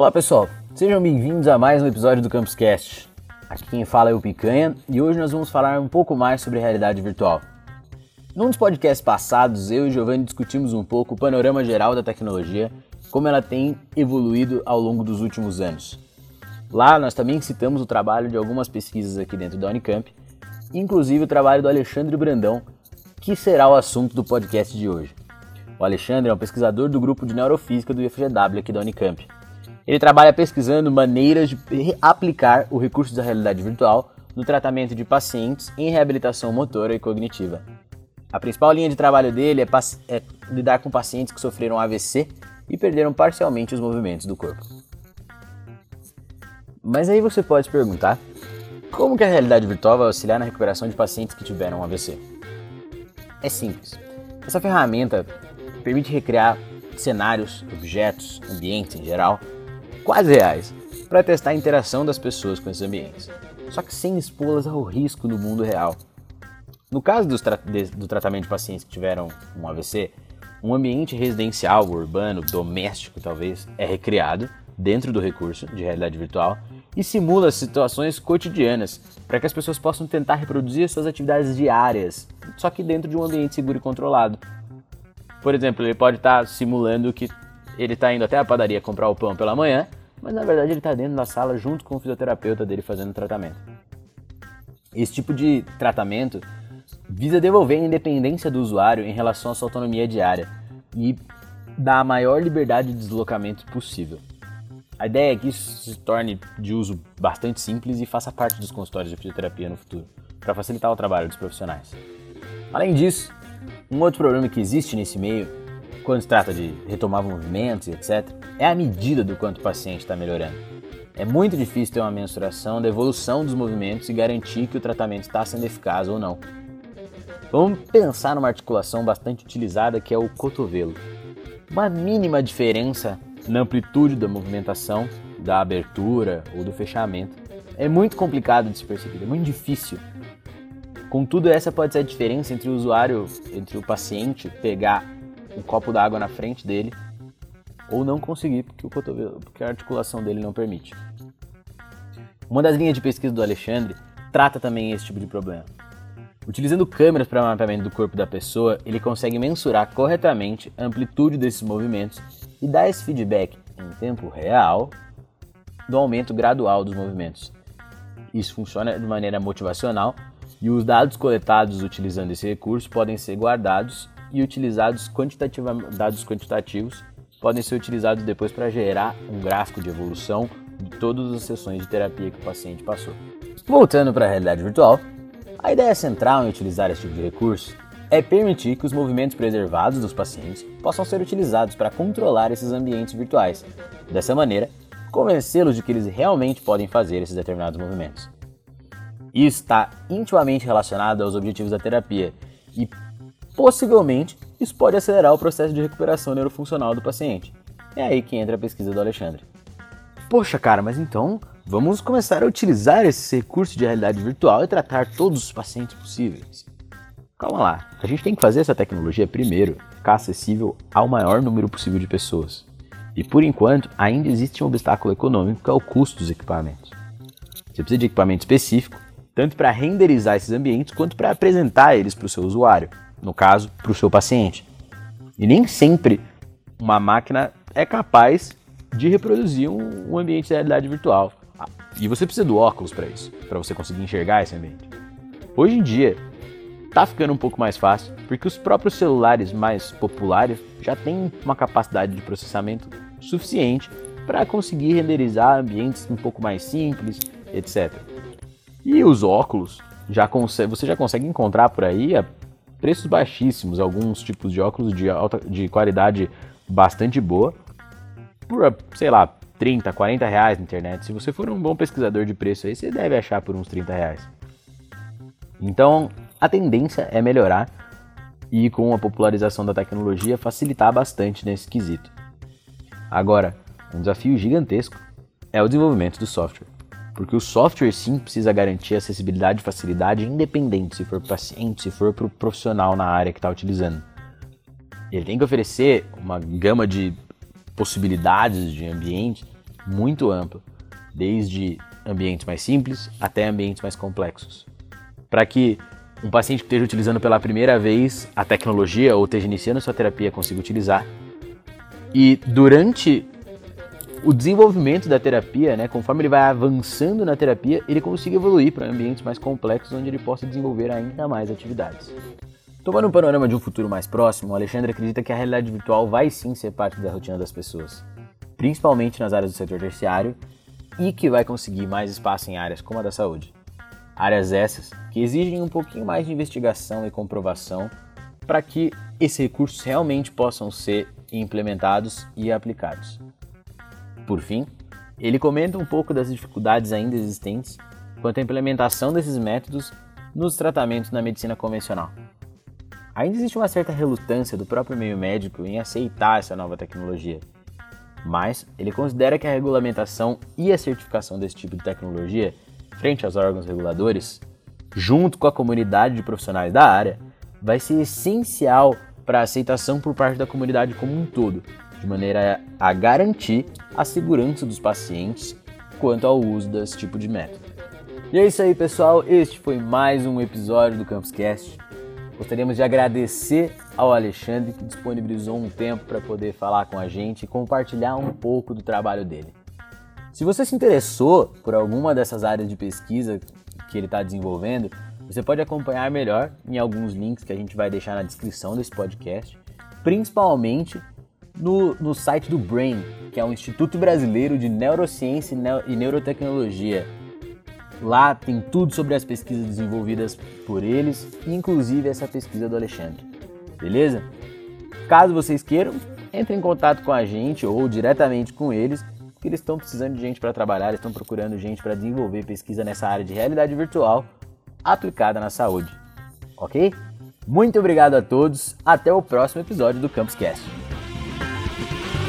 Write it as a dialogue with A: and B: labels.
A: Olá pessoal, sejam bem-vindos a mais um episódio do CampusCast. Aqui quem fala é o Picanha e hoje nós vamos falar um pouco mais sobre realidade virtual. Num dos podcasts passados, eu e Giovanni discutimos um pouco o panorama geral da tecnologia, como ela tem evoluído ao longo dos últimos anos. Lá nós também citamos o trabalho de algumas pesquisas aqui dentro da Unicamp, inclusive o trabalho do Alexandre Brandão, que será o assunto do podcast de hoje. O Alexandre é um pesquisador do grupo de neurofísica do IFGW aqui da Unicamp. Ele trabalha pesquisando maneiras de aplicar o recurso da realidade virtual no tratamento de pacientes em reabilitação motora e cognitiva. A principal linha de trabalho dele é lidar com pacientes que sofreram AVC e perderam parcialmente os movimentos do corpo. Mas aí você pode se perguntar, como que a realidade virtual vai auxiliar na recuperação de pacientes que tiveram um AVC? É simples. Essa ferramenta permite recriar cenários, objetos, ambientes em geral, quase reais, para testar a interação das pessoas com esses ambientes, só que sem expô-las ao risco no mundo real. No caso do tratamento de pacientes que tiveram um AVC, um ambiente residencial, urbano, doméstico talvez, é recriado dentro do recurso de realidade virtual e simula situações cotidianas para que as pessoas possam tentar reproduzir suas atividades diárias, só que dentro de um ambiente seguro e controlado. Por exemplo, ele pode estar simulando que ele está indo até a padaria comprar o pão pela manhã, mas na verdade ele está dentro da sala junto com o fisioterapeuta dele fazendo o tratamento. Esse tipo de tratamento visa devolver a independência do usuário em relação à sua autonomia diária e dar a maior liberdade de deslocamento possível. A ideia é que isso se torne de uso bastante simples e faça parte dos consultórios de fisioterapia no futuro, para facilitar o trabalho dos profissionais. Além disso, um outro problema que existe nesse meio, quando se trata de retomar movimentos e etc., é a medida do quanto o paciente está melhorando. É muito difícil ter uma mensuração da evolução dos movimentos e garantir que o tratamento está sendo eficaz ou não. Vamos pensar numa articulação bastante utilizada que é o cotovelo. Uma mínima diferença na amplitude da movimentação, da abertura ou do fechamento é muito complicado de se perceber, é muito difícil. Contudo, essa pode ser a diferença entre o usuário, entre o paciente pegar um copo d'água na frente dele ou não conseguir porque a articulação dele não permite. Uma das linhas de pesquisa do Alexandre trata também esse tipo de problema. Utilizando câmeras para mapeamento do corpo da pessoa, ele consegue mensurar corretamente a amplitude desses movimentos e dar esse feedback em tempo real do aumento gradual dos movimentos. Isso funciona de maneira motivacional e os dados coletados utilizando esse recurso podem ser guardados e utilizados dados quantitativos podem ser utilizados depois para gerar um gráfico de evolução de todas as sessões de terapia que o paciente passou. Voltando para a realidade virtual, a ideia central em utilizar esse tipo de recurso é permitir que os movimentos preservados dos pacientes possam ser utilizados para controlar esses ambientes virtuais. Dessa maneira, convencê-los de que eles realmente podem fazer esses determinados movimentos. Isso está intimamente relacionado aos objetivos da terapia e, possivelmente, isso pode acelerar o processo de recuperação neurofuncional do paciente. É aí que entra a pesquisa do Alexandre. Poxa, cara, mas então vamos começar a utilizar esse recurso de realidade virtual e tratar todos os pacientes possíveis. Calma lá, a gente tem que fazer essa tecnologia primeiro ficar acessível ao maior número possível de pessoas. E por enquanto, ainda existe um obstáculo econômico que é o custo dos equipamentos. Você precisa de equipamento específico, tanto para renderizar esses ambientes quanto para apresentar eles para o seu usuário, no caso, para o seu paciente. E nem sempre uma máquina é capaz de reproduzir um ambiente de realidade virtual. E você precisa do óculos para isso, para você conseguir enxergar esse ambiente. Hoje em dia, está ficando um pouco mais fácil, porque os próprios celulares mais populares já têm uma capacidade de processamento suficiente para conseguir renderizar ambientes um pouco mais simples, etc. E os óculos, você já consegue encontrar por aí a preços baixíssimos, alguns tipos de óculos de qualidade bastante boa, por, sei lá, 30, 40 reais na internet. Se você for um bom pesquisador de preço aí, você deve achar por uns 30 reais. Então, a tendência é melhorar e com a popularização da tecnologia facilitar bastante nesse quesito. Agora, um desafio gigantesco é o desenvolvimento do software. Porque o software sim precisa garantir acessibilidade e facilidade independente se for para o paciente, se for para o profissional na área que está utilizando. Ele tem que oferecer uma gama de possibilidades de ambiente muito ampla, desde ambientes mais simples até ambientes mais complexos. Para que um paciente que esteja utilizando pela primeira vez a tecnologia ou esteja iniciando sua terapia consiga utilizar. E durante o desenvolvimento da terapia, né, conforme ele vai avançando na terapia, ele consiga evoluir para ambientes mais complexos onde ele possa desenvolver ainda mais atividades. Tomando um panorama de um futuro mais próximo, o Alexandre acredita que a realidade virtual vai sim ser parte da rotina das pessoas, principalmente nas áreas do setor terciário, e que vai conseguir mais espaço em áreas como a da saúde. Áreas essas que exigem um pouquinho mais de investigação e comprovação para que esses recursos realmente possam ser implementados e aplicados. Por fim, ele comenta um pouco das dificuldades ainda existentes quanto à implementação desses métodos nos tratamentos na medicina convencional. Ainda existe uma certa relutância do próprio meio médico em aceitar essa nova tecnologia, mas ele considera que a regulamentação e a certificação desse tipo de tecnologia frente aos órgãos reguladores, junto com a comunidade de profissionais da área, vai ser essencial para a aceitação por parte da comunidade como um todo, de maneira a garantir a segurança dos pacientes quanto ao uso desse tipo de método. E é isso aí, pessoal, este foi mais um episódio do CampusCast. Gostaríamos de agradecer ao Alexandre, que disponibilizou um tempo para poder falar com a gente e compartilhar um pouco do trabalho dele. Se você se interessou por alguma dessas áreas de pesquisa que ele está desenvolvendo, você pode acompanhar melhor em alguns links que a gente vai deixar na descrição desse podcast, principalmente no site do BRAIN, que é o Instituto Brasileiro de Neurociência e Neurotecnologia. Lá tem tudo sobre as pesquisas desenvolvidas por eles, inclusive essa pesquisa do Alexandre. Beleza? Caso vocês queiram, entre em contato com a gente ou diretamente com eles, porque eles estão precisando de gente para trabalhar, eles estão procurando gente para desenvolver pesquisa nessa área de realidade virtual aplicada na saúde. Ok? Muito obrigado a todos, até o próximo episódio do CampusCast.